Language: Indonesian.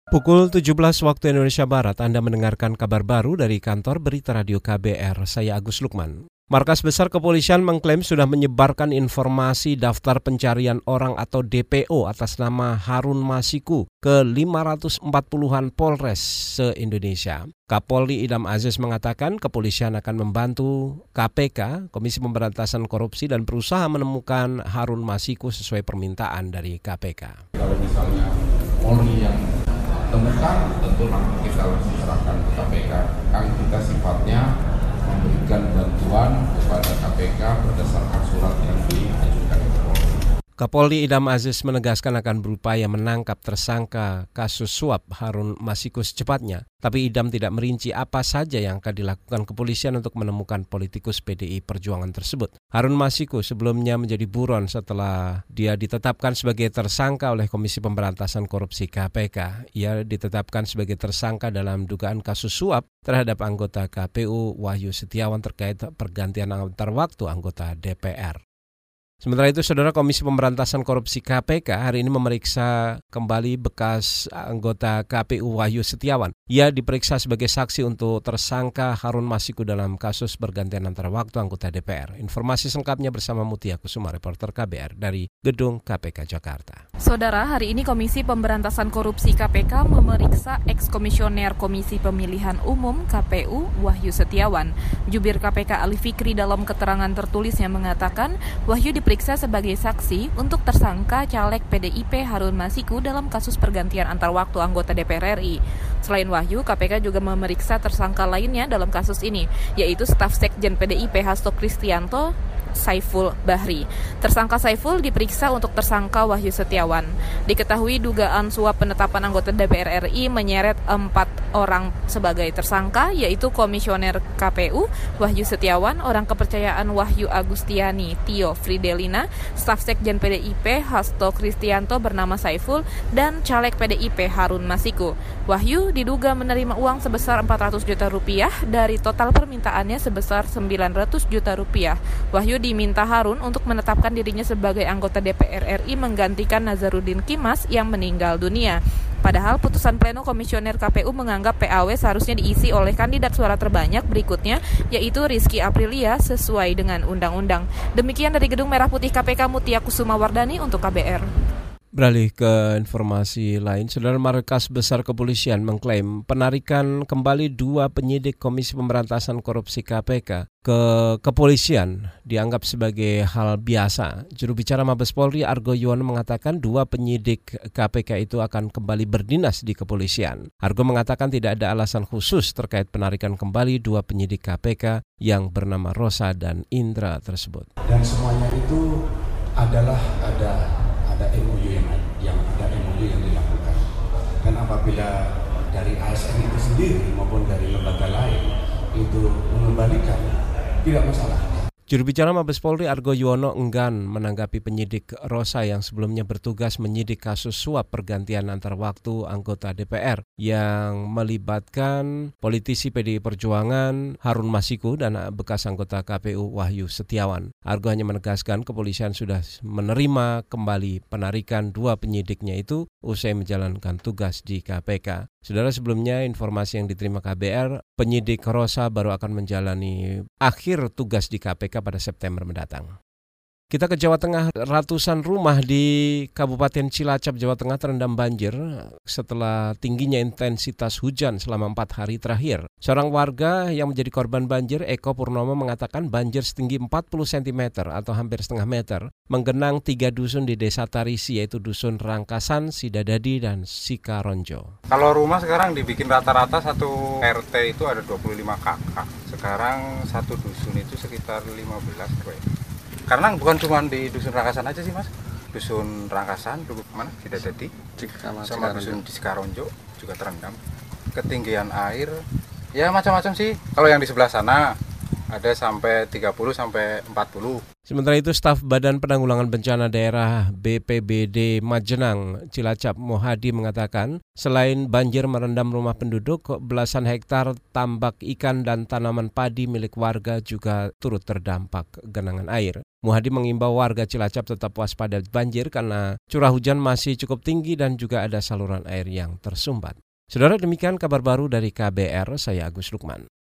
Pukul 17 waktu Indonesia Barat, Anda mendengarkan kabar baru dari kantor berita radio KBR, saya Agus Lukman. Markas Besar Kepolisian mengklaim sudah menyebarkan informasi daftar pencarian orang atau DPO atas nama Harun Masiku ke 540-an Polres se-Indonesia. Kapolri Idam Aziz mengatakan kepolisian akan membantu KPK, Komisi Pemberantasan Korupsi, dan berusaha menemukan Harun Masiku sesuai permintaan dari KPK. Kalau misalnya Polri yang temukan, tentu kita langsung serahkan ke KPK. Kan kita sifatnya memberikan bantuan kepada KPK berdasarkan surat yang diajukan ke Polri. Kapolri Idam Aziz menegaskan akan berupaya menangkap tersangka kasus suap Harun Masiku secepatnya. Tapi Idam tidak merinci apa saja yang akan dilakukan kepolisian untuk menemukan politikus PDI Perjuangan tersebut. Harun Masiku sebelumnya menjadi buron setelah dia ditetapkan sebagai tersangka oleh Komisi Pemberantasan Korupsi KPK. Ia ditetapkan sebagai tersangka dalam dugaan kasus suap terhadap anggota KPU Wahyu Setiawan terkait pergantian antar waktu anggota DPR. Sementara itu, Saudara, Komisi Pemberantasan Korupsi KPK hari ini memeriksa kembali bekas anggota KPU Wahyu Setiawan. Ia diperiksa sebagai saksi untuk tersangka Harun Masiku dalam kasus pergantian antara waktu anggota DPR. Informasi selengkapnya bersama Mutia Kusuma, reporter KBR dari Gedung KPK Jakarta. Saudara, hari ini Komisi Pemberantasan Korupsi KPK memeriksa eks-komisioner Komisi Pemilihan Umum KPU Wahyu Setiawan. Jubir KPK Ali Fikri dalam keterangan tertulisnya mengatakan Wahyu diperiksa sebagai saksi untuk tersangka caleg PDIP Harun Masiku dalam kasus pergantian antar waktu anggota DPR RI. Selain Wahyu, KPK juga memeriksa tersangka lainnya dalam kasus ini, yaitu staf Sekjen PDIP Hasto Kristianto, Saiful Bahri. Tersangka Saiful diperiksa untuk tersangka Wahyu Setiawan. Diketahui dugaan suap penetapan anggota DPR RI menyeret 4 orang sebagai tersangka, yaitu Komisioner KPU Wahyu Setiawan, orang kepercayaan Wahyu Agustiani Tio Fridelina, staf Sekjen PDIP Hasto Kristianto bernama Saiful, dan caleg PDIP Harun Masiku. Wahyu diduga menerima uang sebesar 400 juta rupiah dari total permintaannya sebesar 900 juta rupiah. Wahyu diminta Harun untuk menetapkan dirinya sebagai anggota DPR RI menggantikan Nazarudin Kimas yang meninggal dunia. Padahal putusan pleno komisioner KPU menganggap PAW seharusnya diisi oleh kandidat suara terbanyak berikutnya, yaitu Rizky Aprilia sesuai dengan undang-undang. Demikian dari Gedung Merah Putih KPK, Mutia Kusuma Wardani untuk KBR. Beralih ke informasi lain, Saudara, Markas Besar Kepolisian mengklaim penarikan kembali 2 penyidik Komisi Pemberantasan Korupsi KPK ke kepolisian dianggap sebagai hal biasa. Juru bicara Mabes Polri Argo Yuwono mengatakan 2 penyidik KPK itu akan kembali berdinas di kepolisian. Argo mengatakan tidak ada alasan khusus terkait penarikan kembali 2 penyidik KPK yang bernama Rosa dan Indra tersebut. Dan semuanya itu adalah ada MOU yang dilakukan. Dan apabila dari ASN itu sendiri maupun dari lembaga lain itu mengembalikan, tidak masalah. Juru bicara Mabes Polri Argo Yuwono enggan menanggapi penyidik Rosa yang sebelumnya bertugas menyidik kasus suap pergantian antar waktu anggota DPR yang melibatkan politisi PDI Perjuangan Harun Masiku dan bekas anggota KPU Wahyu Setiawan. Argo hanya menegaskan kepolisian sudah menerima kembali penarikan 2 penyidiknya itu usai menjalankan tugas di KPK. Saudara, sebelumnya informasi yang diterima KBR, penyidik Rosa baru akan menjalani akhir tugas di KPK pada September mendatang. Kita ke Jawa Tengah, ratusan rumah di Kabupaten Cilacap, Jawa Tengah terendam banjir setelah tingginya intensitas hujan selama 4 hari terakhir. Seorang warga yang menjadi korban banjir, Eko Purnomo, mengatakan banjir setinggi 40 cm atau hampir setengah meter menggenang 3 dusun di Desa Tarisi, yaitu Dusun Rangkasan, Sidadadi, dan Sikaronjo. Kalau rumah sekarang dibikin rata-rata satu RT itu ada 25 kakak. Sekarang satu dusun itu sekitar 15 kue. Karena bukan cuma di Dusun Rangkasan aja sih, Mas. Dusun Rangkasan, dulu mana? Sidadadi, sama Dusun di Sikaronjo juga terendam. Ketinggian air, ya macam-macam sih. Kalau yang di sebelah sana ada sampai 30 sampai 40. Sementara itu, staf Badan Penanggulangan Bencana Daerah BPBD Majenang Cilacap Mohadi mengatakan selain banjir merendam rumah penduduk, belasan hektar tambak ikan dan tanaman padi milik warga juga turut terdampak genangan air. Muhadi mengimbau warga Cilacap tetap waspada banjir karena curah hujan masih cukup tinggi dan juga ada saluran air yang tersumbat. Saudara, demikian kabar baru dari KBR, saya Agus Lukman.